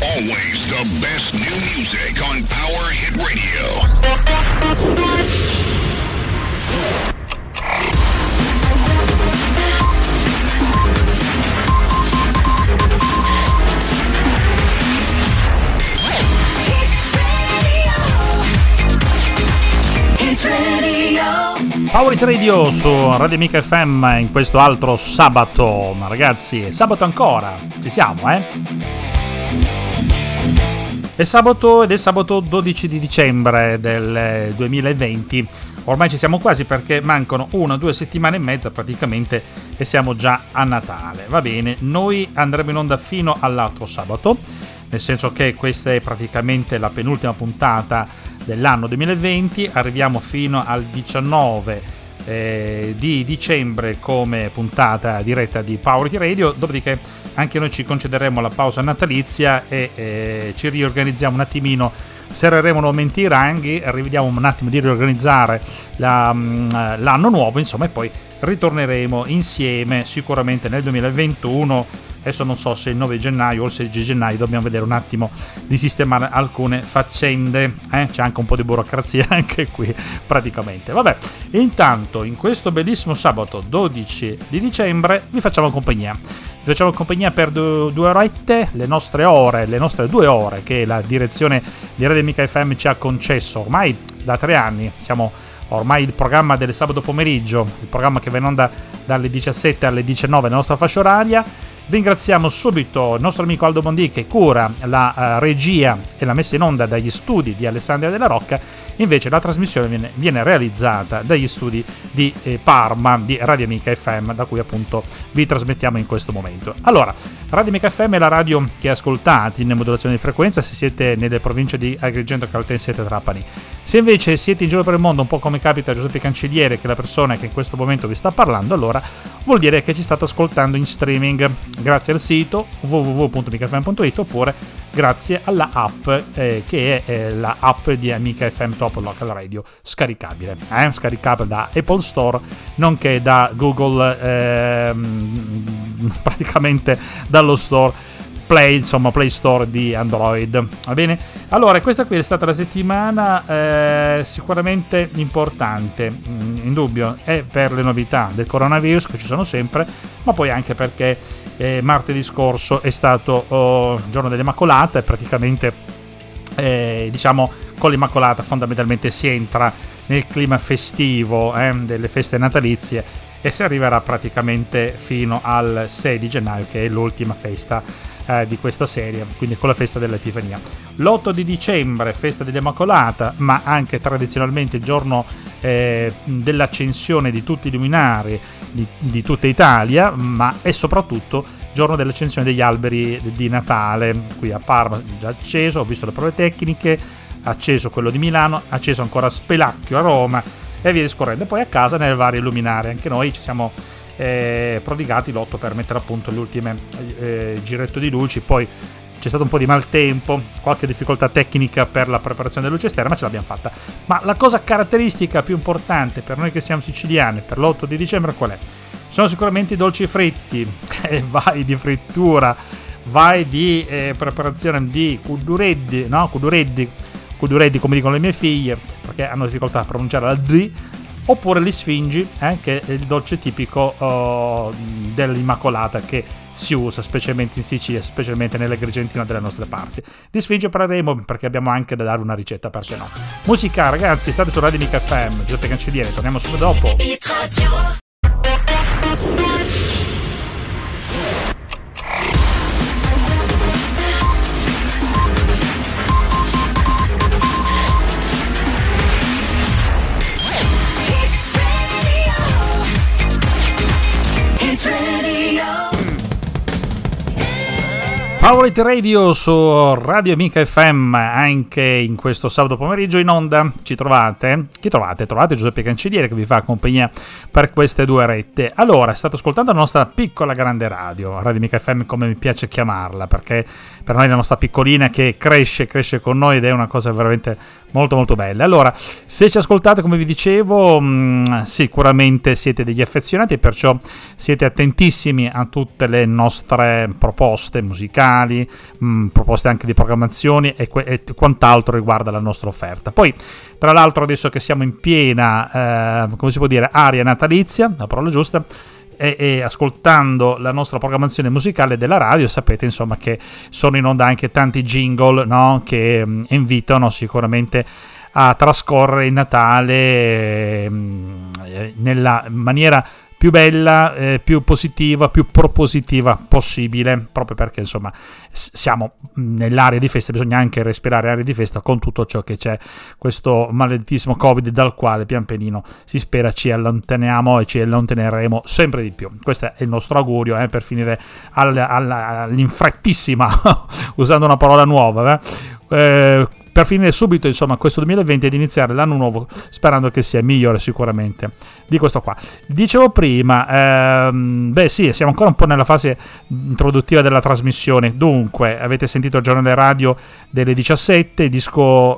Always the best new music on Power Hit Radio. Power Hit Radio su Radio Amica FM in questo altro sabato, ma ragazzi, è sabato ancora, ci siamo, È sabato ed è sabato 12 di dicembre del 2020, ormai ci siamo quasi perché mancano 1-2 settimane e mezza praticamente e siamo già a Natale, va bene, noi andremo in onda fino all'altro sabato, nel senso che questa è praticamente la penultima puntata dell'anno 2020, arriviamo fino al 19 di dicembre come puntata diretta di Power Hit Radio, dopodiché anche noi ci concederemo la pausa natalizia e ci riorganizziamo un attimino, serreremo nuovamente i ranghi, rivediamo un attimo di riorganizzare l'anno nuovo, insomma, e poi ritorneremo insieme sicuramente nel 2021. Adesso non so se il 9 gennaio o il 16 gennaio, dobbiamo vedere un attimo di sistemare alcune faccende, c'è anche un po' di burocrazia anche qui praticamente. Vabbè, intanto in questo bellissimo sabato 12 di dicembre vi facciamo compagnia. Vi facciamo compagnia per due orette, le nostre 2 ore che la direzione di Radio Amica FM ci ha concesso ormai da 3 anni. Siamo ormai il programma del sabato pomeriggio, il programma che va in onda dalle 17 alle 19 nella nostra fascia oraria. Ringraziamo subito il nostro amico Aldo Bondi che cura la regia e la messa in onda dagli studi di Alessandria della Rocca, invece la trasmissione viene realizzata dagli studi di Parma di Radio Amica FM, da cui appunto vi trasmettiamo in questo momento. Allora, Radio Amica FM è la radio che ascoltate in modulazione di frequenza se siete nelle province di Agrigento, Caltanissetta e Trapani. Se invece siete in giro per il mondo, un po' come capita a Giuseppe Cancelliere, che è la persona che in questo momento vi sta parlando, allora vuol dire che ci state ascoltando in streaming grazie al sito www.amicafm.it oppure grazie alla app che è la app di Amica FM Top Local Radio, scaricabile da Apple Store nonché da Google, praticamente dallo store Play Store di Android, va bene? Allora, questa qui è stata la settimana sicuramente importante, indubbio, è per le novità del coronavirus che ci sono sempre, ma poi anche perché martedì scorso è stato giorno dell'Immacolata e praticamente diciamo con l'Immacolata fondamentalmente si entra nel clima festivo delle feste natalizie e si arriverà praticamente fino al 6 di gennaio che è l'ultima festa di questa serie, quindi con la festa dell'Epifania. L'8 di dicembre festa dell'Immacolata, ma anche tradizionalmente il giorno dell'accensione di tutti i luminari di tutta Italia, ma è soprattutto giorno dell'accensione degli alberi di Natale. Qui a Parma già acceso, ho visto le prove tecniche, acceso quello di Milano, acceso ancora a Spelacchio a Roma e via discorrendo. Poi a casa nelle varie luminari, anche noi ci siamo prodigati l'8 per mettere a punto le ultime giretto di luci. Poi c'è stato un po' di maltempo, qualche difficoltà tecnica per la preparazione delle luci esterne, ma ce l'abbiamo fatta. Ma la cosa caratteristica più importante per noi che siamo siciliani per l'8 di dicembre qual è? Sono sicuramente i dolci fritti, vai di frittura, vai di preparazione di cudureddi come dicono le mie figlie, perché hanno difficoltà a pronunciare la D, oppure gli sfingi, che è il dolce tipico dell'Immacolata che si usa specialmente in Sicilia, specialmente nell'Agrigentino delle nostre parti. Di sfinge parleremo perché abbiamo anche da dare una ricetta, perché no. Musica, ragazzi, state su Radio Amica FM, Giuseppe Cancelliere, torniamo subito dopo. Power Hit Radio su Radio Amica FM anche in questo sabato pomeriggio in onda. Ci trovate? Chi trovate? Trovate Giuseppe Cancelliere che vi fa compagnia per queste 2 orette. Allora, state ascoltando la nostra piccola grande radio, Radio Amica FM come mi piace chiamarla, perché per noi è la nostra piccolina che cresce con noi ed è una cosa veramente molto molto bella. Allora, se ci ascoltate come vi dicevo, sicuramente siete degli affezionati e perciò siete attentissimi a tutte le nostre proposte musicali, musicali, proposte anche di programmazioni e quant'altro riguarda la nostra offerta. Poi, tra l'altro, adesso che siamo in piena, come si può dire, aria natalizia, la parola giusta, e ascoltando la nostra programmazione musicale della radio, sapete insomma che sono in onda anche tanti jingle, no? Che invitano sicuramente a trascorrere il Natale nella maniera più bella, più positiva, più propositiva possibile, proprio perché insomma siamo nell'area di festa, bisogna anche respirare aria di festa con tutto ciò che c'è, questo maledettissimo Covid dal quale pian pianino si spera ci allontaniamo e ci allontaneremo sempre di più. Questo è il nostro augurio, per finire all'infrettissima usando una parola nuova, per finire subito insomma questo 2020 ed iniziare l'anno nuovo sperando che sia migliore sicuramente di questo qua. Dicevo prima, sì, siamo ancora un po' nella fase introduttiva della trasmissione. Dunque, avete sentito il giornale radio delle 17, il disco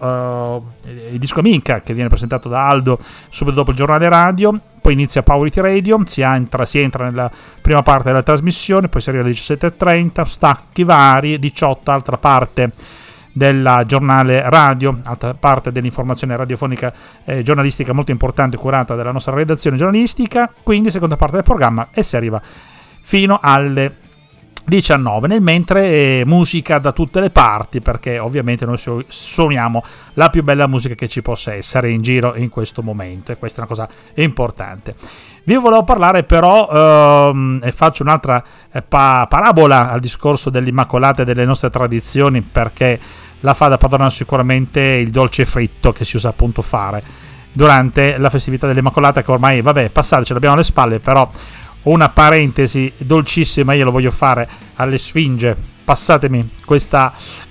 Amica, che viene presentato da Aldo subito dopo il giornale radio. Poi inizia Power It Radio, si entra nella prima parte della trasmissione, poi si arriva alle 17:30, stacchi vari, 18 altra parte del giornale radio, altra parte dell'informazione radiofonica e giornalistica molto importante curata dalla nostra redazione giornalistica, quindi seconda parte del programma e si arriva fino alle 19, nel mentre musica da tutte le parti, perché ovviamente noi suoniamo la più bella musica che ci possa essere in giro in questo momento e questa è una cosa importante. Vi volevo parlare però, e faccio un'altra parabola al discorso dell'Immacolata e delle nostre tradizioni, perché la fa da padrona sicuramente il dolce fritto che si usa appunto fare durante la festività dell'Immacolata, che ormai è passata, ce l'abbiamo alle spalle, però una parentesi dolcissima io lo voglio fare alle Sfinge, passatemi questa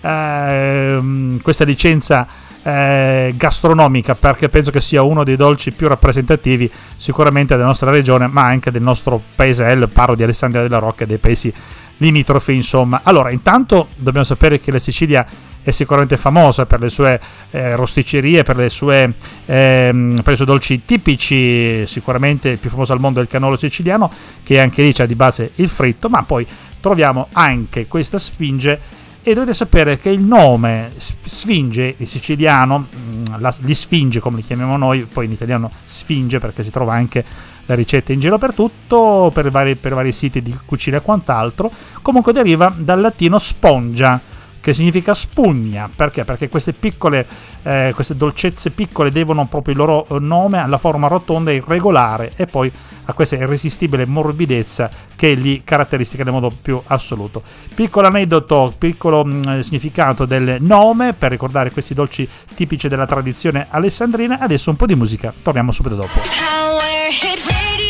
licenza gastronomica, perché penso che sia uno dei dolci più rappresentativi sicuramente della nostra regione, ma anche del nostro paesello, parlo di Alessandria della Rocca e dei paesi limitrofi insomma. Allora, intanto dobbiamo sapere che la Sicilia è sicuramente famosa per le sue rosticcerie, per i suoi dolci tipici. Sicuramente il più famoso al mondo è il cannolo siciliano, che anche lì c'è di base il fritto, ma poi troviamo anche questa Sfinge. E dovete sapere che il nome Sfinge, il siciliano, gli Sfinge come li chiamiamo noi, poi in italiano Sfinge perché si trova anche la ricetta in giro per tutto, per vari siti di cucina e quant'altro, comunque deriva dal latino spongia, che significa spugna. Perché? Perché queste dolcezze piccole devono proprio il loro nome alla forma rotonda e irregolare e poi a questa irresistibile morbidezza che li caratteristica nel modo più assoluto. Piccolo aneddoto, piccolo significato del nome per ricordare questi dolci tipici della tradizione alessandrina. Adesso un po' di musica, torniamo subito dopo. Power Hit Radio.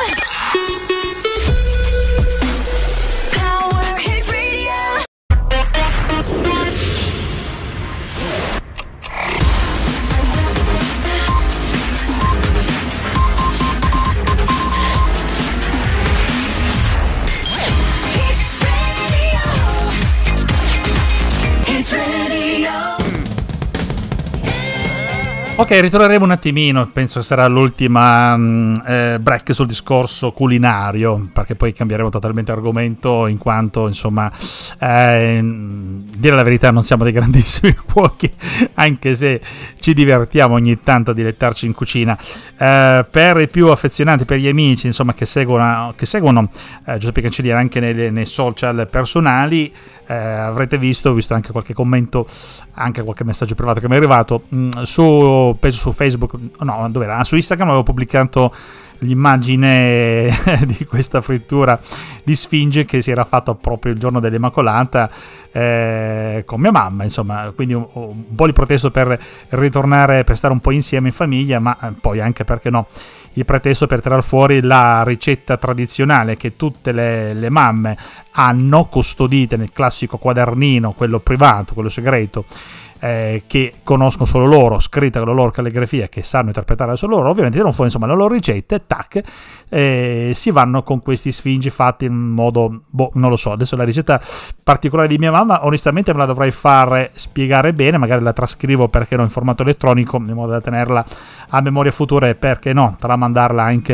Ok, ritorneremo un attimino, penso che sarà l'ultima break sul discorso culinario, perché poi cambieremo totalmente argomento, in quanto, insomma, dire la verità non siamo dei grandissimi cuochi, anche se ci divertiamo ogni tanto a dilettarci in cucina. Per i più affezionati, per gli amici, insomma, che seguono Giuseppe Cancelliere anche nei social personali, avrete visto anche qualche commento, anche qualche messaggio privato che mi è arrivato penso su Facebook, no, dove era? Su Instagram avevo pubblicato l'immagine di questa frittura di Sfinge che si era fatta proprio il giorno dell'Immacolata con mia mamma, insomma, quindi un po' di protesto per ritornare, per stare un po' insieme in famiglia, ma poi anche, perché no, il pretesto per tirar fuori la ricetta tradizionale che tutte le mamme hanno custodite nel classico quadernino, quello privato, quello segreto, che conoscono solo loro, scritta con la loro calligrafia, che sanno interpretare solo loro. Ovviamente tirano fuori insomma le loro ricette, tac, si vanno con questi Sfinge fatti in modo, non lo so, adesso la ricetta particolare di mia mamma onestamente me la dovrei fare spiegare bene, magari la trascrivo, perché no, in formato elettronico, in modo da tenerla a memoria futura e perché no, tramandarla anche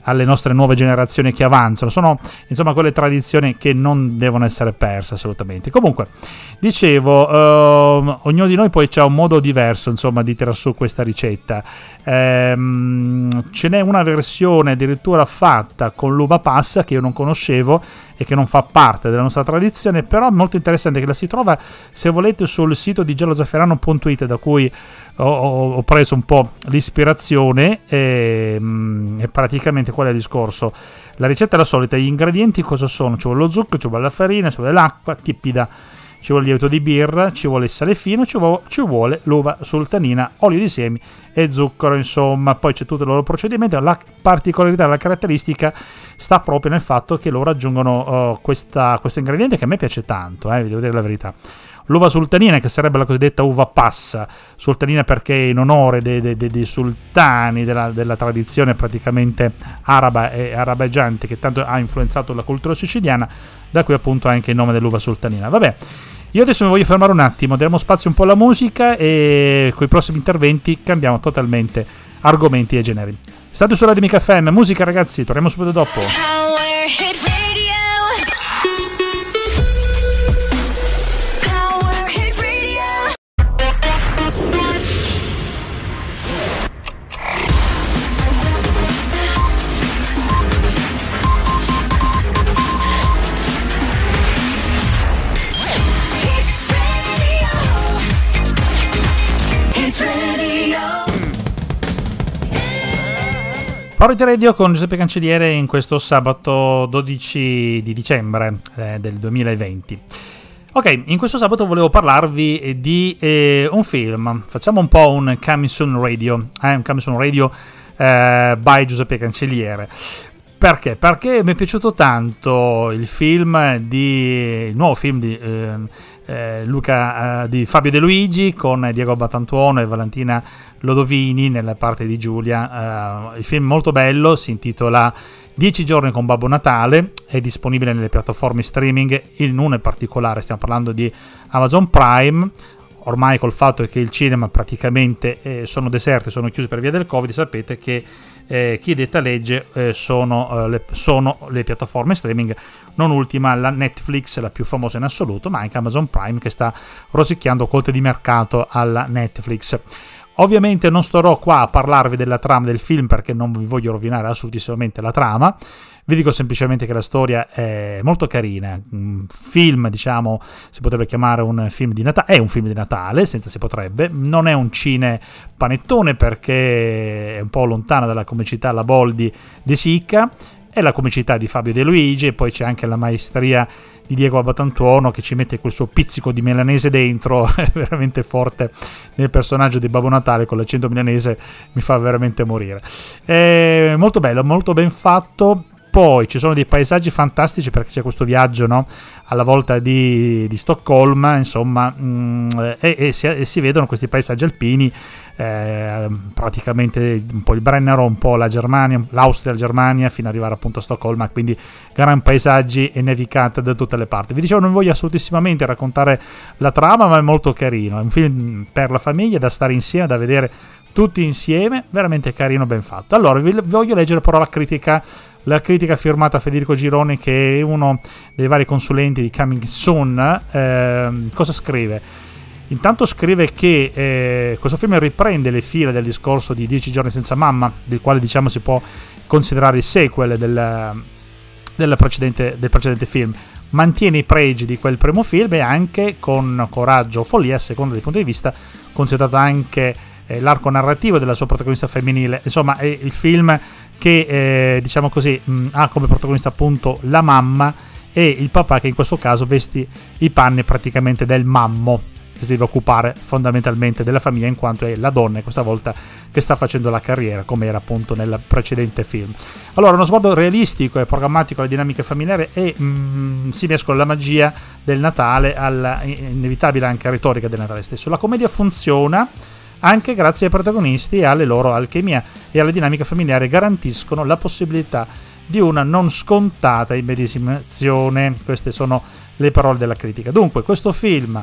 alle nostre nuove generazioni che avanzano. Sono insomma quelle tradizioni che non devono essere perse assolutamente. Comunque, dicevo, ognuno di noi poi c'ha un modo diverso insomma di tirar su questa ricetta. Ce n'è una versione addirittura fatta con l'uva passa che io non conoscevo e che non fa parte della nostra tradizione, però è molto interessante, che la si trova, se volete, sul sito di giallozafferano.it, da cui ho preso un po' l'ispirazione. E praticamente qual è il discorso? La ricetta è la solita, gli ingredienti cosa sono? Ci vuole lo zucchero, ci vuole la farina, ci vuole l'acqua tiepida, ci vuole il lievito di birra, ci vuole il sale fino, ci vuole l'uva sultanina, olio di semi e zucchero, insomma. Poi c'è tutto il loro procedimento. La particolarità, la caratteristica sta proprio nel fatto che loro aggiungono questo ingrediente che a me piace tanto, vi devo dire la verità. L'uva sultanina, che sarebbe la cosiddetta uva passa, sultanina perché in onore dei sultani della tradizione praticamente araba e arabeggiante, che tanto ha influenzato la cultura siciliana, da cui appunto anche il nome dell'uva sultanina. Vabbè, io adesso mi voglio fermare un attimo, diamo spazio un po' alla musica e con i prossimi interventi cambiamo totalmente argomenti e generi. State su Radio Amica FM, musica ragazzi, torniamo subito dopo. Power Hit Radio con Giuseppe Cancelliere in questo sabato 12 di dicembre del 2020. Ok, in questo sabato volevo parlarvi di un film. Facciamo un po' un Coming Soon Radio, un Coming Soon Radio by Giuseppe Cancelliere. Perché? Perché mi è piaciuto tanto il nuovo film di di Fabio De Luigi con Diego Battantuono e Valentina Lodovini nella parte di Giulia. Il film molto bello, si intitola 10 giorni con Babbo Natale, è disponibile nelle piattaforme streaming, in una in particolare stiamo parlando di Amazon Prime. Ormai col fatto che il cinema praticamente sono deserti, sono chiusi per via del Covid, sapete che chi detta legge sono le piattaforme streaming, non ultima la Netflix, la più famosa in assoluto, ma anche Amazon Prime che sta rosicchiando quote di mercato alla Netflix. Ovviamente non starò qua a parlarvi della trama del film perché non vi voglio rovinare assolutissimamente la trama. Vi dico semplicemente che la storia è molto carina. Un film, diciamo, si potrebbe chiamare un film di Natale. È un film di Natale, senza si potrebbe. Non è un cine panettone perché è un po' lontana dalla comicità alla Boldi di Sicca. È la comicità di Fabio De Luigi e poi c'è anche la maestria di Diego Battantuono che ci mette quel suo pizzico di milanese dentro, è veramente forte nel personaggio di Babbo Natale con l'accento milanese, mi fa veramente morire. È molto bello, molto ben fatto. Poi ci sono dei paesaggi fantastici perché c'è questo viaggio, no? Alla volta di Stoccolma, insomma, e si vedono questi paesaggi alpini, praticamente un po' il Brennero, un po' la Germania, l'Austria, la Germania, fino ad arrivare appunto a Stoccolma, quindi gran paesaggi e nevicate da tutte le parti. Vi dicevo, non voglio assolutissimamente raccontare la trama, ma è molto carino, è un film per la famiglia, da stare insieme, da vedere tutti insieme, veramente carino, ben fatto. Allora, vi voglio leggere però la critica firmata Federico Gironi, che è uno dei vari consulenti di Coming Soon. Cosa scrive? Intanto scrive che questo film riprende le fila del discorso di 10 giorni senza mamma, del quale diciamo si può considerare il sequel del precedente film. Mantiene i pregi di quel primo film e anche con coraggio o follia, a seconda dei punti di vista, considerato anche l'arco narrativo della sua protagonista femminile. Insomma, è il film che diciamo così ha come protagonista appunto la mamma e il papà, che in questo caso vesti i panni praticamente del mammo, che si deve occupare fondamentalmente della famiglia, in quanto è la donna questa volta che sta facendo la carriera, come era appunto nel precedente film. Allora, uno sguardo realistico e programmatico alle dinamiche familiari e si mescola la magia del Natale alla inevitabile anche retorica del Natale stesso. La commedia funziona anche grazie ai protagonisti e alle loro alchimia, e alle dinamiche familiari garantiscono la possibilità di una non scontata immedesimazione. Queste sono le parole della critica. Dunque, questo film,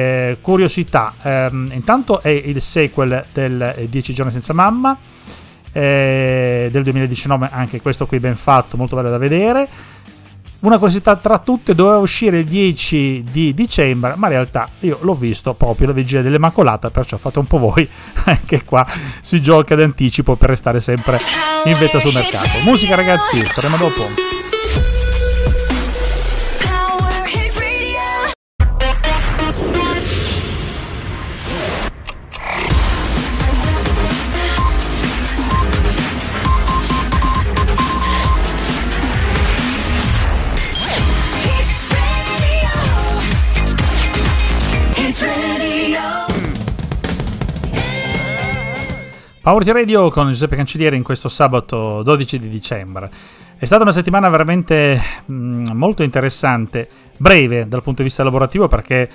curiosità, intanto è il sequel del 10 giorni senza mamma, del 2019, anche questo qui ben fatto, molto bello da vedere. Una curiosità tra tutte, doveva uscire il 10 di dicembre, ma in realtà io l'ho visto proprio la vigilia dell'Immacolata, perciò fate un po' voi, anche qua si gioca d'anticipo per restare sempre in vetta sul mercato. Musica ragazzi, torniamo dopo. Power Radio con Giuseppe Cancelliere in questo sabato 12 di dicembre. È stata una settimana veramente molto interessante, breve dal punto di vista lavorativo, perché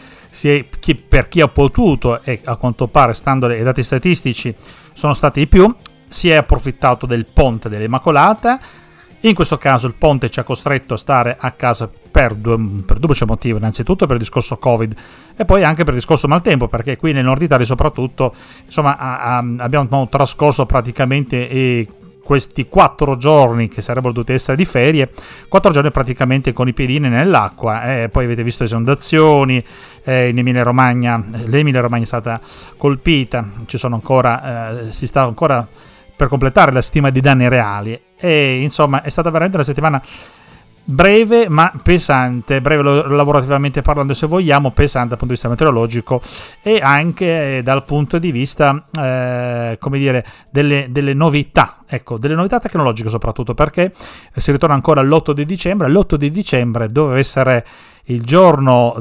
per chi ha potuto, e a quanto pare, stando ai dati statistici, sono stati di più, si è approfittato del ponte dell'Immacolata. In questo caso il ponte ci ha costretto a stare a casa per duplice motivo, innanzitutto per il discorso Covid e poi anche per il discorso maltempo, perché qui nel nord Italia soprattutto, insomma, abbiamo trascorso praticamente questi 4 giorni che sarebbero dovuti essere di ferie, 4 giorni praticamente con i piedini nell'acqua, poi avete visto esondazioni, in Emilia Romagna, l'Emilia Romagna è stata colpita, ci sono ancora, si sta ancora per completare la stima di danni reali, e insomma è stata veramente una settimana breve ma pesante, breve lavorativamente parlando se vogliamo, pesante dal punto di vista meteorologico e anche dal punto di vista come dire delle novità, ecco, delle novità tecnologiche soprattutto, perché si ritorna ancora all'8 di dicembre. L'8 di dicembre doveva essere il giorno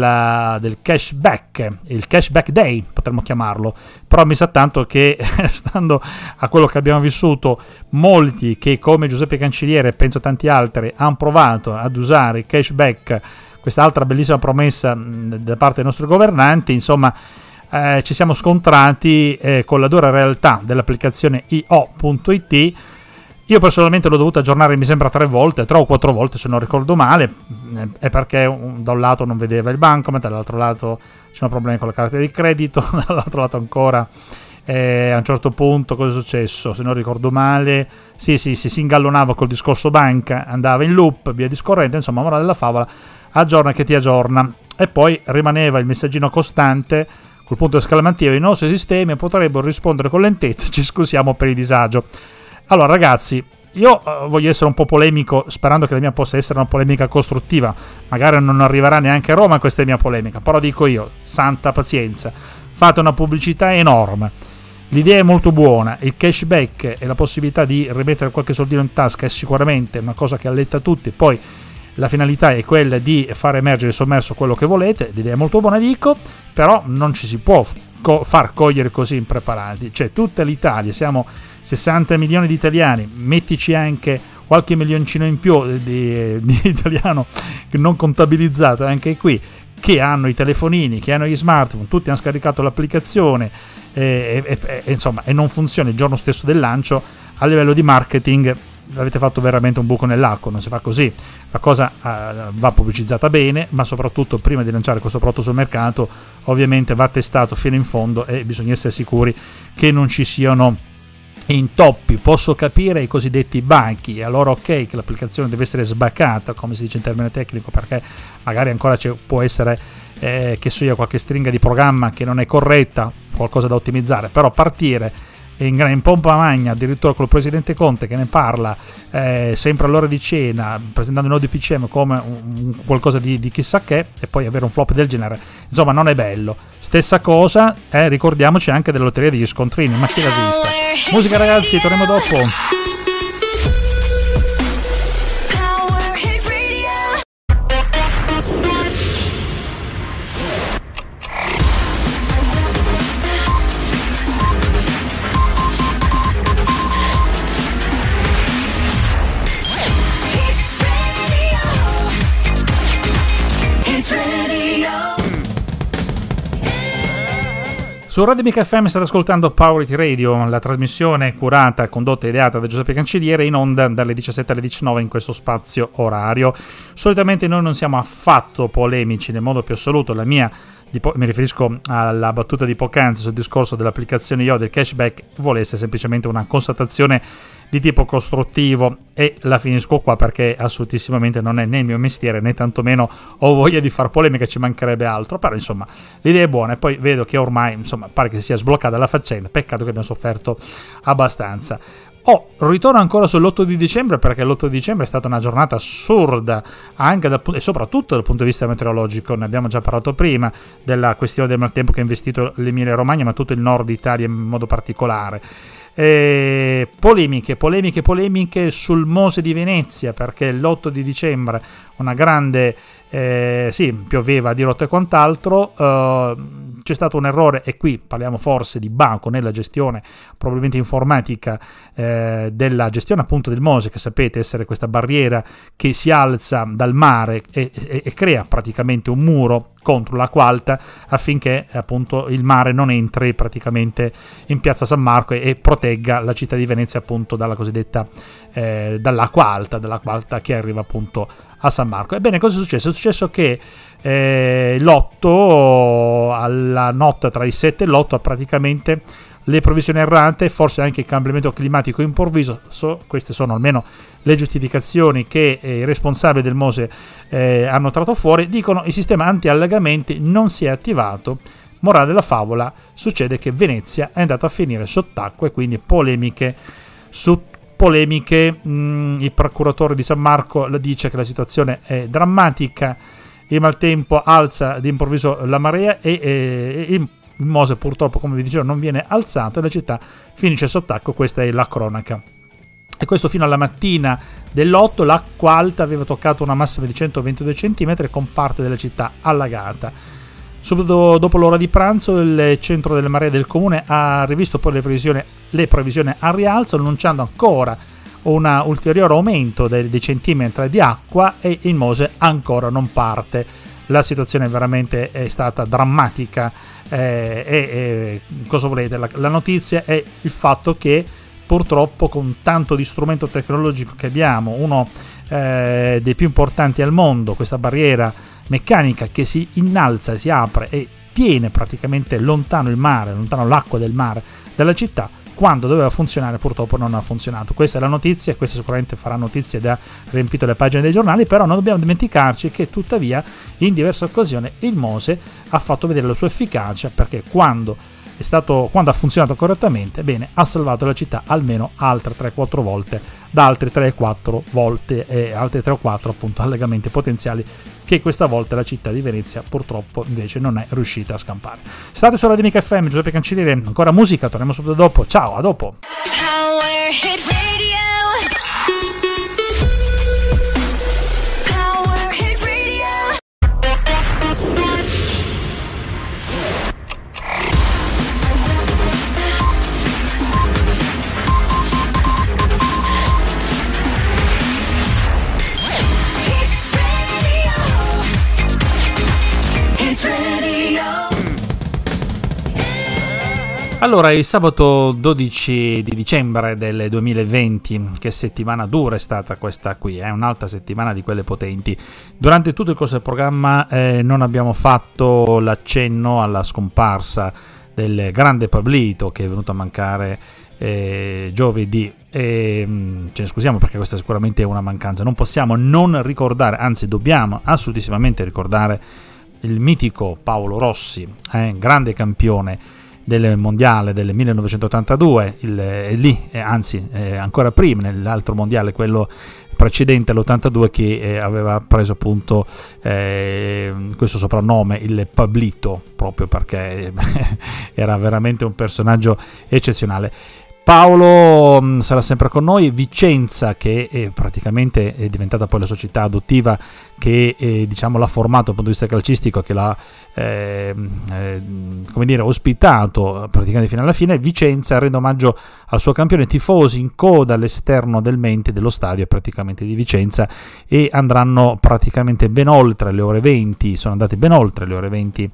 del cashback, il cashback day potremmo chiamarlo, però mi sa tanto che stando a quello che abbiamo vissuto, molti che come Giuseppe Cancelliere e penso tanti altri hanno provato ad usare il cashback, questa altra bellissima promessa da parte dei nostri governanti, insomma ci siamo scontrati con la dura realtà dell'applicazione io.it. Io personalmente l'ho dovuto aggiornare mi sembra 3 o 4 volte se non ricordo male, è perché da un lato non vedeva il bancomat, dall'altro lato c'erano problemi con la carta di credito, dall'altro lato ancora a un certo punto cosa è successo, se non ricordo male, si ingallonava col discorso banca, andava in loop, via discorrente, insomma, morale della favola, aggiorna che ti aggiorna, e poi rimaneva il messaggino costante col punto esclamativo: i nostri sistemi potrebbero rispondere con lentezza, ci scusiamo per il disagio. Allora ragazzi, io voglio essere un po' polemico, sperando che la mia possa essere una polemica costruttiva, magari non arriverà neanche a Roma questa è mia polemica, però dico io, santa pazienza, fate una pubblicità enorme, l'idea è molto buona, il cashback e la possibilità di rimettere qualche soldino in tasca è sicuramente una cosa che alletta tutti, poi la finalità è quella di far emergere sommerso quello che volete, l'idea è molto buona dico, però non ci si può far cogliere così impreparati, cioè tutta l'Italia, siamo 60 milioni di italiani, mettici anche qualche milioncino in più di italiano non contabilizzato anche qui, che hanno i telefonini, che hanno gli smartphone, tutti hanno scaricato l'applicazione insomma, e non funziona il giorno stesso del lancio. A livello di marketing avete fatto veramente un buco nell'acqua, non si fa così, la cosa va pubblicizzata bene, ma soprattutto prima di lanciare questo prodotto sul mercato ovviamente va testato fino in fondo e bisogna essere sicuri che non ci siano intoppi. Posso capire i cosiddetti buggy, allora ok che l'applicazione deve essere sbaccata, come si dice in termine tecnico, perché magari ancora può essere che so io, qualche stringa di programma che non è corretta, qualcosa da ottimizzare, però partire in pompa magna, addirittura col presidente Conte che ne parla sempre all'ora di cena, presentando il nuovo DPCM come qualcosa di chissà che, e poi avere un flop del genere, insomma non è bello. Stessa cosa, ricordiamoci anche della lotteria degli scontrini, ma chi l'ha vista? Musica ragazzi, torniamo dopo. Su Radio Amica FM state ascoltando Power It Radio, la trasmissione curata, condotta e ideata da Giuseppe Cancelliere, in onda dalle 17 alle 19 in questo spazio orario. Solitamente noi non siamo affatto polemici nel modo più assoluto. La mia, mi riferisco alla battuta di poc'anzi sul discorso dell'applicazione IO del cashback, vuole essere semplicemente una constatazione di tipo costruttivo, e la finisco qua perché assolutissimamente non è né il mio mestiere né tantomeno ho voglia di far polemica, ci mancherebbe altro, però insomma l'idea è buona e poi vedo che ormai insomma pare che sia sbloccata la faccenda, peccato che abbiamo sofferto abbastanza. Ritorno ancora sull'8 di dicembre perché l'8 di dicembre è stata una giornata assurda anche e soprattutto dal punto di vista meteorologico. Ne abbiamo già parlato prima della questione del maltempo che ha investito l'Emilia Romagna, ma tutto il nord Italia in modo particolare. Polemiche sul Mose di Venezia, perché l'8 di dicembre una grande pioveva a dirotto e quant'altro, c'è stato un errore, e qui parliamo forse di baco nella gestione probabilmente informatica della gestione appunto del Mose, che sapete essere questa barriera che si alza dal mare e crea praticamente un muro contro l'acqua alta affinché appunto il mare non entri praticamente in piazza San Marco e protegga la città di Venezia appunto dalla cosiddetta dall'acqua alta che arriva appunto a San Marco. Ebbene, cosa è successo? È successo che l'8 alla notte tra il 7 e l'8 praticamente le previsioni errate, forse anche il cambiamento climatico improvviso, queste sono almeno le giustificazioni che i responsabili del Mose hanno tratto fuori, dicono il sistema anti-allagamenti non si è attivato. Morale della favola, succede che Venezia è andata a finire sott'acqua e quindi polemiche su polemiche. Il procuratore di San Marco dice che la situazione è drammatica, il maltempo alza d'improvviso la marea e il Mose purtroppo, come vi dicevo, non viene alzato e la città finisce sott'acqua. Questa è la cronaca. E questo fino alla mattina dell'8 l'acqua alta aveva toccato una massima di 122 cm con parte della città allagata. Subito dopo l'ora di pranzo il centro delle maree del comune ha rivisto poi le previsioni a rialzo, annunciando ancora un ulteriore aumento dei centimetri di acqua, e il Mose ancora non parte. La situazione veramente è stata drammatica. Cosa volete? La notizia è il fatto che purtroppo con tanto di strumento tecnologico che abbiamo, uno dei più importanti al mondo, questa barriera meccanica che si innalza e si apre e tiene praticamente lontano il mare, lontano l'acqua del mare dalla città, quando doveva funzionare purtroppo non ha funzionato. Questa è la notizia, e questa sicuramente farà notizia ed ha riempito le pagine dei giornali, però non dobbiamo dimenticarci che tuttavia in diverse occasioni il Mose ha fatto vedere la sua efficacia, perché quando ha funzionato correttamente, bene, ha salvato la città almeno altre 3-4 volte da altri 3-4 volte e altri 3 o 4 appunto allagamenti potenziali che questa volta la città di Venezia purtroppo invece non è riuscita a scampare. State su Radio Amica FM, Giuseppe Cancelliere, ancora musica, torniamo subito dopo. Ciao, a dopo. Power Hit Radio. Allora, il sabato 12 di dicembre del 2020, che settimana dura è stata questa qui, un'altra settimana di quelle potenti. Durante tutto il corso del programma non abbiamo fatto l'accenno alla scomparsa del grande Pablito, che è venuto a mancare giovedì. Ce ne scusiamo perché questa sicuramente è una mancanza. Non possiamo non ricordare, anzi dobbiamo assolutissimamente ricordare il mitico Paolo Rossi, grande campione del mondiale del 1982, ancora prima nell'altro mondiale, quello precedente all'82, che aveva preso appunto questo soprannome, il Pablito, proprio perché era veramente un personaggio eccezionale. Paolo sarà sempre con noi. Vicenza, che praticamente è diventata poi la società adottiva che diciamo l'ha formato dal punto di vista calcistico, che l'ha ospitato praticamente fino alla fine. Vicenza rende omaggio al suo campione, tifosi in coda all'esterno del Menti, dello stadio praticamente di Vicenza, e andranno praticamente ben oltre le ore 20, sono andati ben oltre le ore 20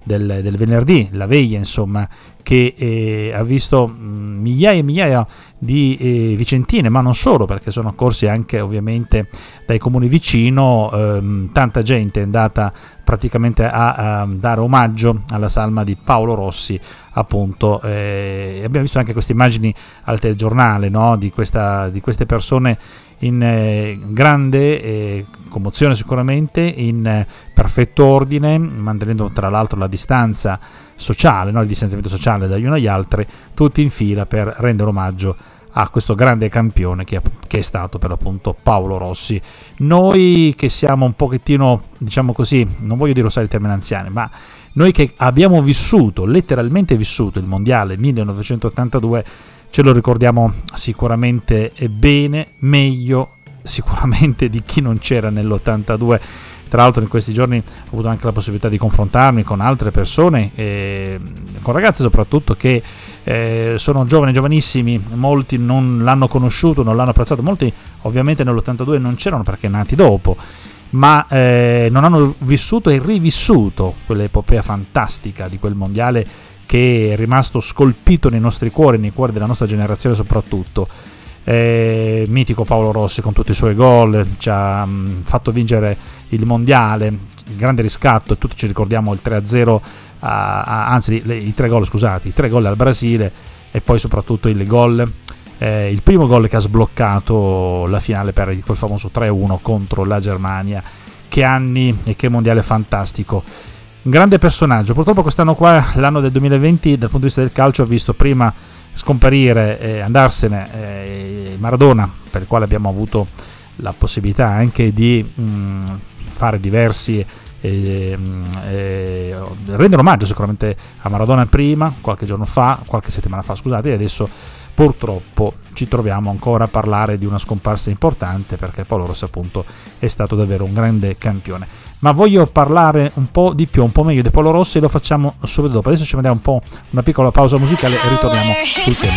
del venerdì, la veglia insomma, che ha visto migliaia e migliaia di vicentine, ma non solo, perché sono accorsi anche ovviamente dai comuni vicino, tanta gente è andata praticamente a dare omaggio alla salma di Paolo Rossi, appunto. Abbiamo visto anche queste immagini al telegiornale, no? di queste persone in grande commozione, sicuramente in perfetto ordine, mantenendo tra l'altro la distanza sociale, no? Il distanziamento sociale dagli uni agli altri, tutti in fila per rendere omaggio a questo grande campione che è stato per l'appunto Paolo Rossi. Noi che siamo un pochettino, diciamo così, non voglio dire usare il termine anziani, ma noi che abbiamo vissuto, letteralmente vissuto il mondiale 1982, ce lo ricordiamo sicuramente bene, meglio sicuramente di chi non c'era nell'82. Tra l'altro in questi giorni ho avuto anche la possibilità di confrontarmi con altre persone, con ragazzi soprattutto che sono giovani, giovanissimi, molti non l'hanno conosciuto, non l'hanno apprezzato, molti ovviamente nell'82 non c'erano perché nati dopo, ma non hanno vissuto e rivissuto quell'epopea fantastica di quel mondiale che è rimasto scolpito nei nostri cuori, nei cuori della nostra generazione soprattutto. Mitico Paolo Rossi con tutti i suoi gol, ci ha fatto vincere il mondiale, il grande riscatto, tutti ci ricordiamo il 3-0, anzi i 3 gol, scusate, i 3 gol al Brasile, e poi soprattutto il primo gol che ha sbloccato la finale per quel famoso 3-1 contro la Germania. Che anni e che mondiale fantastico. Un grande personaggio. Purtroppo quest'anno qua, l'anno del 2020, dal punto di vista del calcio, ha visto prima scomparire, andarsene Maradona, per il quale abbiamo avuto la possibilità anche di fare diversi rendere omaggio sicuramente a Maradona prima, qualche settimana fa, scusate, e adesso purtroppo ci troviamo ancora a parlare di una scomparsa importante, perché Paolo Rossi appunto è stato davvero un grande campione. Ma voglio parlare un po' di più, un po' meglio di Paolo Rossi, e lo facciamo subito dopo. Adesso ci mandiamo un po' una piccola pausa musicale e ritorniamo sul tema.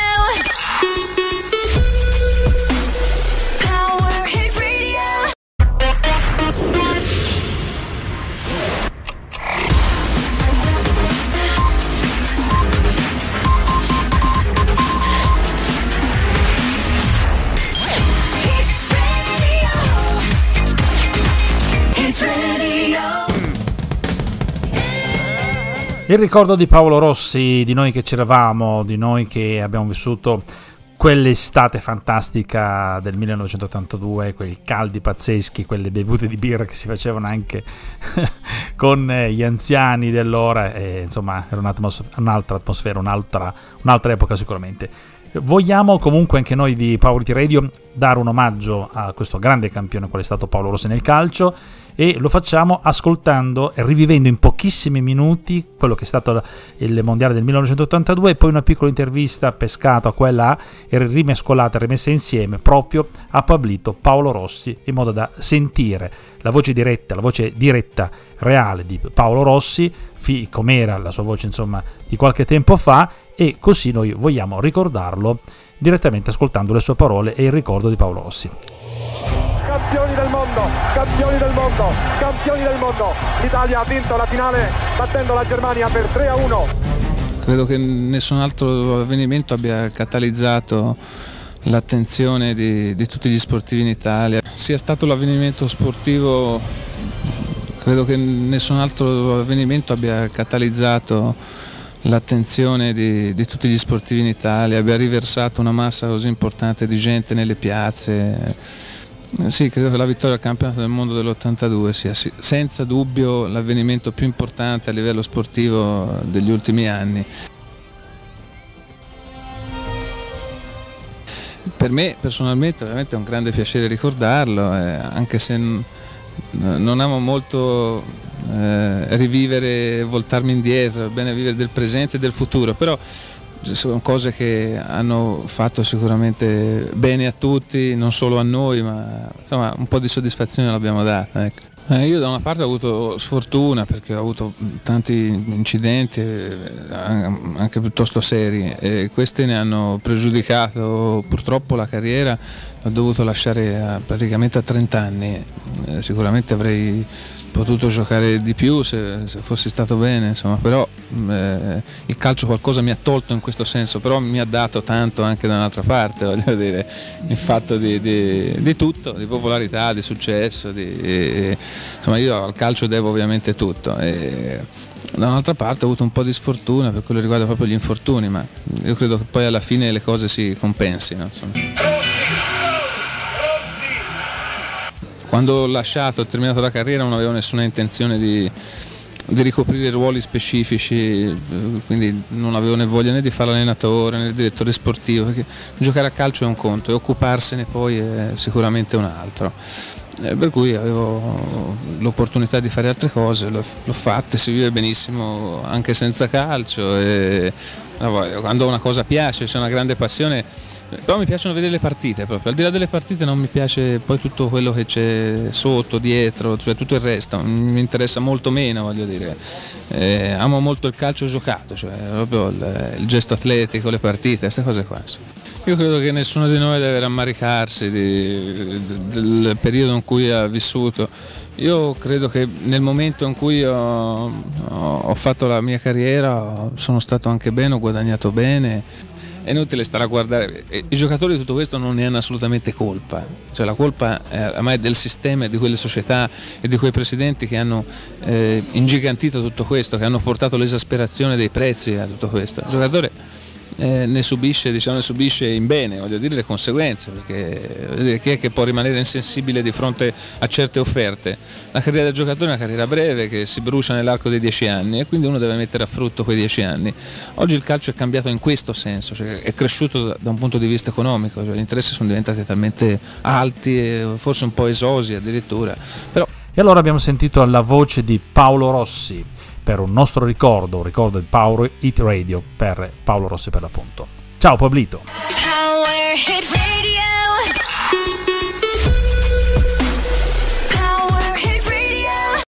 Il ricordo di Paolo Rossi, di noi che c'eravamo, di noi che abbiamo vissuto quell'estate fantastica del 1982, quei caldi pazzeschi, quelle bevute di birra che si facevano anche con gli anziani dell'ora, e insomma era un'altra atmosfera, un'altra epoca sicuramente. Vogliamo comunque anche noi di Power Radio dare un omaggio a questo grande campione qual è stato Paolo Rossi nel calcio, e lo facciamo ascoltando e rivivendo in pochissimi minuti quello che è stato il mondiale del 1982, e poi una piccola intervista pescata qua e là e rimescolata e rimessa insieme proprio a Pablito Paolo Rossi, in modo da sentire la voce diretta reale di Paolo Rossi, com'era la sua voce insomma di qualche tempo fa, e così noi vogliamo ricordarlo direttamente ascoltando le sue parole e il ricordo di Paolo Rossi. Campioni del mondo, campioni del mondo, campioni del mondo. L'Italia ha vinto la finale battendo la Germania per 3-1. Credo che nessun altro avvenimento abbia catalizzato l'attenzione di tutti gli sportivi in Italia. Sia stato l'avvenimento sportivo, credo che nessun altro avvenimento abbia catalizzato l'attenzione di tutti gli sportivi in Italia, abbia riversato una massa così importante di gente nelle piazze. Sì, credo che la vittoria al campionato del mondo dell'82 sia senza dubbio l'avvenimento più importante a livello sportivo degli ultimi anni. Per me personalmente ovviamente è un grande piacere ricordarlo, anche se non amo molto rivivere, voltarmi indietro, è bene vivere del presente e del futuro, però sono cose che hanno fatto sicuramente bene a tutti, non solo a noi, ma insomma un po' di soddisfazione l'abbiamo data, ecco. Io da una parte ho avuto sfortuna perché ho avuto tanti incidenti anche piuttosto seri, e questi ne hanno pregiudicato purtroppo la carriera. Ho dovuto lasciare praticamente a 30 anni, sicuramente avrei potuto giocare di più se fossi stato bene, insomma, però il calcio qualcosa mi ha tolto in questo senso, però mi ha dato tanto anche da un'altra parte, voglio dire, il fatto di tutto, di popolarità, di successo, insomma io al calcio devo ovviamente tutto. E da un'altra parte ho avuto un po' di sfortuna per quello che riguarda proprio gli infortuni, ma io credo che poi alla fine le cose si compensino, insomma. Quando ho lasciato, ho terminato la carriera, non avevo nessuna intenzione di ricoprire ruoli specifici, quindi non avevo né voglia né di fare l'allenatore né il direttore sportivo, perché giocare a calcio è un conto e occuparsene poi è sicuramente un altro. Per cui avevo l'opportunità di fare altre cose, l'ho fatta, si vive benissimo anche senza calcio e quando una cosa piace, c'è una grande passione, però mi piacciono vedere le partite proprio, al di là delle partite non mi piace poi tutto quello che c'è sotto, dietro, cioè tutto il resto mi interessa molto meno, voglio dire. Amo molto il calcio giocato, cioè proprio il gesto atletico, le partite, queste cose qua. Io credo che nessuno di noi deve rammaricarsi del periodo in cui ha vissuto. Io credo che nel momento in cui ho fatto la mia carriera sono stato anche bene, ho guadagnato bene. È inutile stare a guardare, i giocatori di tutto questo non ne hanno assolutamente colpa, cioè la colpa è ormai del sistema e di quelle società e di quei presidenti che hanno ingigantito tutto questo, che hanno portato l'esasperazione dei prezzi a tutto questo. Il giocatore ne subisce in bene, voglio dire, le conseguenze, perché voglio dire, chi è che può rimanere insensibile di fronte a certe offerte? La carriera del giocatore è una carriera breve che si brucia nell'arco dei 10 anni e quindi uno deve mettere a frutto quei 10 anni. Oggi il calcio è cambiato in questo senso, cioè è cresciuto da un punto di vista economico, cioè gli interessi sono diventati talmente alti e forse un po' esosi addirittura. Però... E allora abbiamo sentito la voce di Paolo Rossi per un nostro ricordo di Power Hit Radio per Paolo Rossi per l'appunto. Ciao Pablito! Power Hit Radio. Power Hit Radio.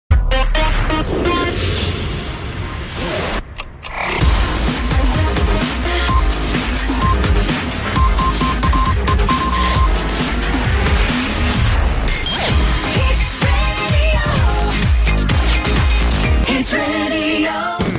Hit Radio.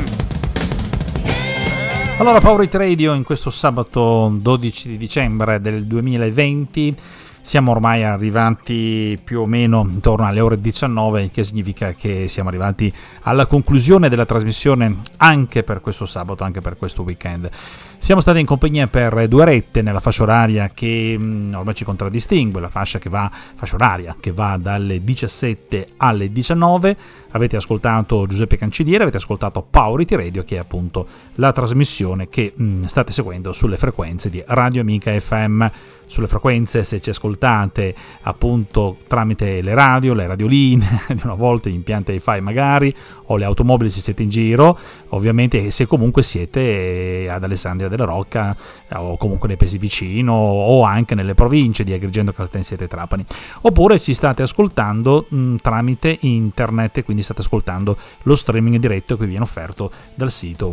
Allora Power Hit Radio in questo sabato 12 di dicembre del 2020, siamo ormai arrivati più o meno intorno alle ore 19, il che significa che siamo arrivati alla conclusione della trasmissione anche per questo sabato, anche per questo weekend. Siamo stati in compagnia per 2 orette nella fascia oraria che ormai ci contraddistingue, la fascia oraria che va dalle 17 alle 19. Avete ascoltato Giuseppe Cancelliere, avete ascoltato Power Hit Radio, che è appunto la trasmissione che state seguendo sulle frequenze di Radio Amica FM. Sulle frequenze, se ci ascoltate appunto tramite le radioline di una volta, gli impianti Wi-Fi magari, o le automobili se siete in giro, ovviamente se comunque siete ad Alessandria della Rocca o comunque nei paesi vicino o anche nelle province di Agrigento, Caltanissetta e Trapani, oppure ci state ascoltando tramite internet, quindi state ascoltando lo streaming diretto che viene offerto dal sito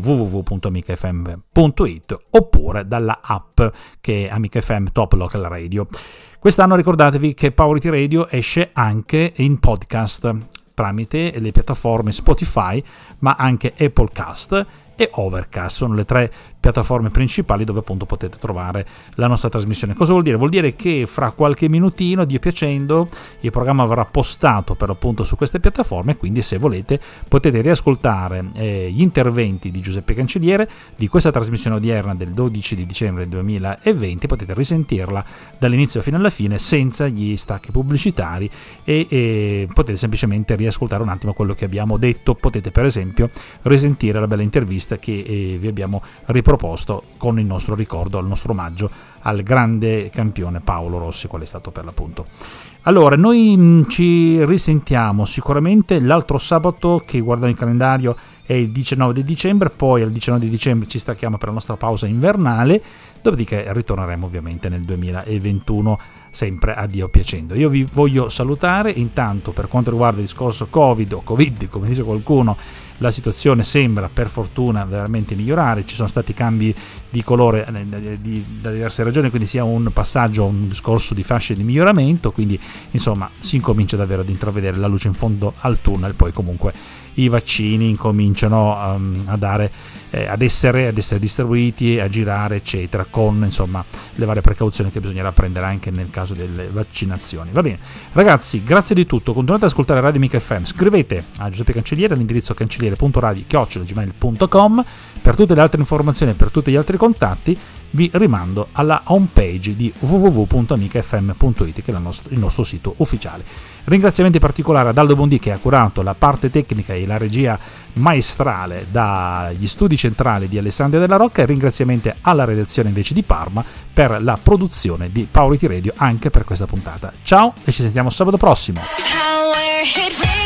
www.amicafm.it oppure dalla app che è Amica FM Top Local Radio. Quest'anno ricordatevi che Power Hit Radio esce anche in podcast tramite le piattaforme Spotify, ma anche Apple Cast e Overcast. Sono le 3 piattaforme principali dove appunto potete trovare la nostra trasmissione. Cosa vuol dire? Vuol dire che fra qualche minutino, Dio piacendo, il programma verrà postato per appunto su queste piattaforme, quindi se volete potete riascoltare gli interventi di Giuseppe Cancelliere di questa trasmissione odierna del 12 di dicembre 2020, potete risentirla dall'inizio fino alla fine senza gli stacchi pubblicitari e potete semplicemente riascoltare un attimo quello che abbiamo detto. Potete per esempio risentire la bella intervista che vi abbiamo riproposto con il nostro ricordo, al nostro omaggio al grande campione Paolo Rossi, qual è stato per l'appunto. Allora, noi ci risentiamo sicuramente l'altro sabato, che guardando il calendario è il 19 di dicembre, poi al 19 di dicembre ci stacchiamo per la nostra pausa invernale, dopodiché ritorneremo ovviamente nel 2021. sempre a Dio piacendo. Io vi voglio salutare. Intanto, per quanto riguarda il discorso Covid o Covid, come dice qualcuno, la situazione sembra per fortuna veramente migliorare, ci sono stati cambi di colore da diverse regioni, quindi sia un passaggio, un discorso di fasce di miglioramento, quindi insomma si incomincia davvero ad intravedere la luce in fondo al tunnel. Poi comunque i vaccini incominciano ad essere distribuiti, a girare eccetera, con insomma le varie precauzioni che bisognerà prendere anche nel caso delle vaccinazioni. Va bene ragazzi, grazie di tutto, continuate ad ascoltare Radio Amica FM, scrivete a Giuseppe Cancelliere all'indirizzo cancelliere.radio@gmail.com. Per tutte le altre informazioni e per tutti gli altri contatti vi rimando alla homepage di www.amicafm.it, che è il nostro sito ufficiale. Ringraziamenti particolari ad Aldo Bondi, che ha curato la parte tecnica e la regia maestrale dagli studi centrali di Alessandria della Rocca, e ringraziamenti alla redazione invece di Parma per la produzione di Power Hit Radio anche per questa puntata. Ciao e ci sentiamo sabato prossimo. Power Hit Radio.